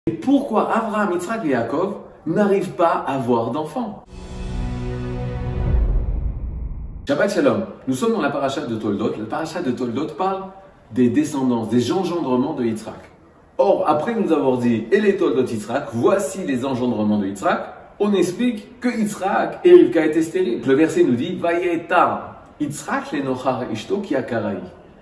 Et pourquoi Abraham, Yitzhak et Yaakov n'arrivent pas à avoir d'enfants? Shabbat Shalom, nous sommes dans la paracha de Toldot. La paracha de Toldot parle des descendances, des engendrements de Yitzhak. Or, après nous avoir dit « Et les Toldot Yitzhak, voici les engendrements de Yitzhak », on explique que Yitzhak et Rivka étaient stériles. Le verset nous dit « Vayetar Yitzhak lenochar ishto ki akarai ».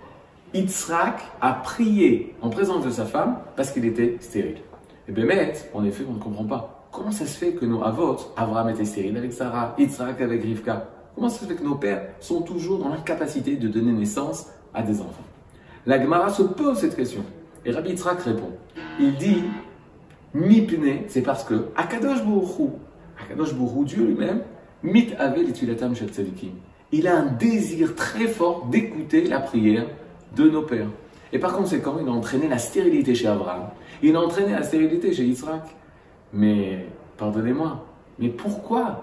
Yitzhak a prié en présence de sa femme parce qu'il était stérile. Et bien, en effet, on ne comprend pas. Comment ça se fait que nos avot, Abraham était stérile avec Sarah, Yitzhak avec Rivka? Comment ça se fait que nos pères sont toujours dans l'incapacité de donner naissance à des enfants? La Gemara se pose cette question. Et Rabbi Yitzhak répond. Il dit, Mipne, c'est parce que Akadosh Baruch Hu, Dieu lui-même, mit ave l'itulatam shel tzadikim. Il a un désir très fort d'écouter la prière de nos pères. Et par conséquent, il a entraîné la stérilité chez Abraham. Il a entraîné la stérilité chez Yitzhak. Mais, pardonnez-moi, mais pourquoi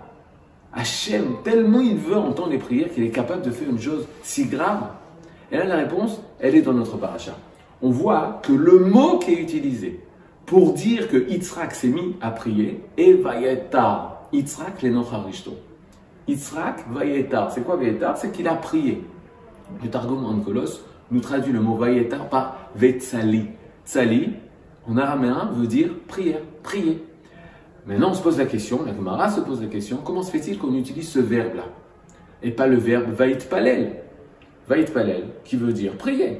Hachem, tellement il veut entendre les prières qu'il est capable de faire une chose si grave? Et là, la réponse, elle est dans notre paracha. On voit que le mot qui est utilisé pour dire que Yitzhak s'est mis à prier est Vayetar. Yitzhak lenochar ishto. Yitzhak Vayetar. C'est quoi Vayetar? C'est qu'il a prié. Le Targum Onkelos nous traduit le mot Vayetar par Vetsali. Tsali, en araméen, veut dire prière, prier. Maintenant, on se pose la question, la Gemara se pose la question, comment se fait-il qu'on utilise ce verbe-là et pas le verbe Vayitpalel? Vayitpalel, qui veut dire prier.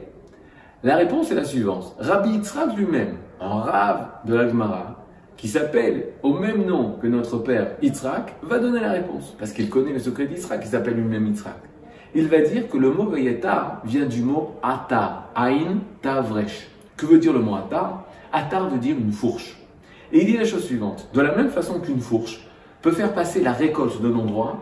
La réponse est la suivante. Rabbi Yitzhak lui-même, un rave de la Gemara, qui s'appelle au même nom que notre père Yitzhak, va donner la réponse, parce qu'il connaît le secret d'Yitzhak, qui s'appelle lui-même Yitzhak. Il va dire que le mot Vayetar vient du mot Atar, Aïn Tavresh. Que veut dire le mot Atar? Atar veut dire une fourche. Et il dit la chose suivante. De la même façon qu'une fourche peut faire passer la récolte d'un endroit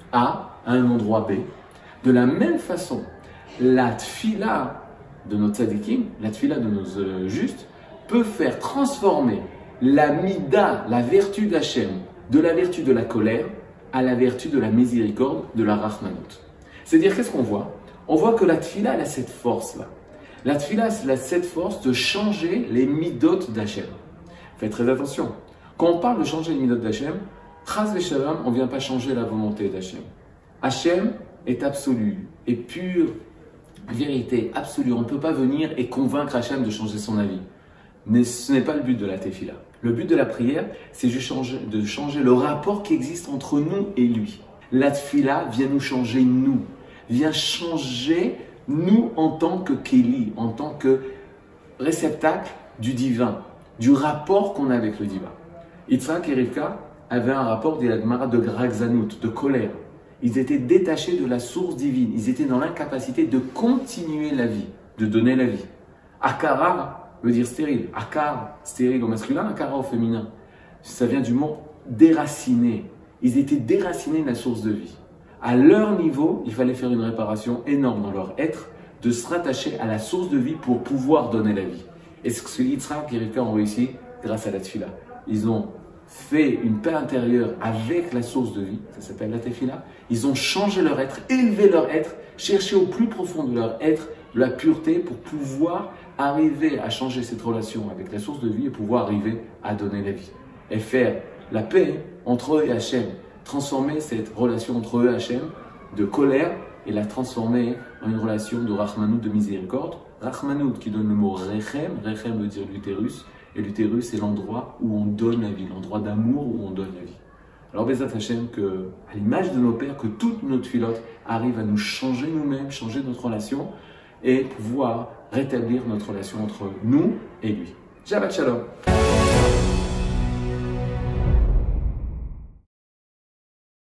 A à un endroit B, de la même façon, la tfila de nos tzadikim, la tfila de nos justes, peut faire transformer la mida, la vertu d'Hachem, de la vertu de la colère à la vertu de la miséricorde, de la rachmanut. C'est-à-dire, qu'est-ce qu'on voit? On voit que la tfila, elle a cette force-là. La tfila, elle a cette force de changer les midot d'Hachem. Faites très attention. Quand on parle de changer les midot d'Hachem, chas v'shalom, on ne vient pas changer la volonté d'Hachem. Hachem est absolu, est pure vérité, absolue. On ne peut pas venir et convaincre Hachem de changer son avis. Mais ce n'est pas le but de la tefila. Le but de la prière, c'est de changer le rapport qui existe entre nous et lui. La tefila vient nous changer nous, vient changer nous en tant que Kéli, en tant que réceptacle du divin, du rapport qu'on a avec le divin. Yitzhak et Rivka avaient un rapport, dit la Gemara, de gragzanout, de colère. Ils étaient détachés de la source divine. Ils étaient dans l'incapacité de continuer la vie, de donner la vie. Akara veut dire stérile. Akar, stérile au masculin, akara au féminin. Ça vient du mot déraciner. Ils étaient déracinés de la source de vie. À leur niveau, il fallait faire une réparation énorme dans leur être, de se rattacher à la source de vie pour pouvoir donner la vie. Et ce que Yitzhak et Rivka ont réussi grâce à la tefila. Ils ont fait une paix intérieure avec la source de vie, ça s'appelle la tefila. Ils ont changé leur être, élevé leur être, cherché au plus profond de leur être de la pureté pour pouvoir arriver à changer cette relation avec la source de vie et pouvoir arriver à donner la vie. Et faire la paix entre eux et Hachem. Transformer cette relation entre eux et Hachem de colère et la transformer en une relation de rachmanut, de miséricorde. Rachmanut qui donne le mot rechem, rechem veut dire l'utérus, et l'utérus c'est l'endroit où on donne la vie, l'endroit d'amour où on donne la vie. Alors Bezat Hachem, que, à l'image de nos pères, que toutes nos tfilotes arrivent à nous changer nous-mêmes, changer notre relation et pouvoir rétablir notre relation entre nous et lui. Shabbat Shalom.